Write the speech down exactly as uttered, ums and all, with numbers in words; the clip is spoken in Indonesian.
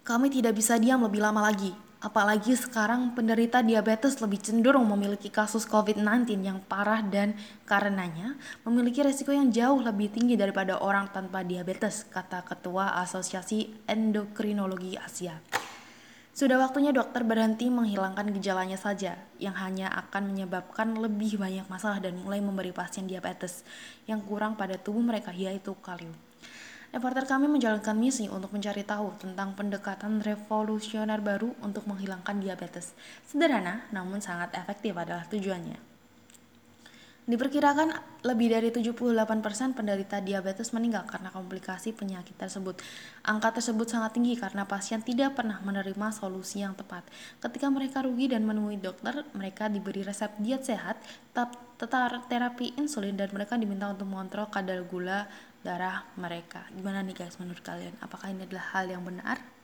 Kami tidak bisa diam lebih lama lagi. Apalagi sekarang penderita diabetes lebih cenderung memiliki kasus covid sembilan belas yang parah dan karenanya memiliki resiko yang jauh lebih tinggi daripada orang tanpa diabetes, kata Ketua Asosiasi Endokrinologi Asia. Sudah waktunya dokter berhenti menghilangkan gejalanya saja, yang hanya akan menyebabkan lebih banyak masalah dan mulai memberi pasien diabetes yang kurang pada tubuh mereka, yaitu kalium. Reporter kami menjalankan misi untuk mencari tahu tentang pendekatan revolusioner baru untuk menghilangkan diabetes. Sederhana, namun sangat efektif adalah tujuannya. Diperkirakan lebih dari tujuh puluh delapan persen penderita diabetes meninggal karena komplikasi penyakit tersebut. Angka tersebut sangat tinggi karena pasien tidak pernah menerima solusi yang tepat. Ketika mereka rugi dan menemui dokter, mereka diberi resep diet sehat, tetar terapi insulin, dan mereka diminta untuk mengontrol kadar gula darah mereka. Gimana nih guys menurut kalian? Apakah ini adalah hal yang benar?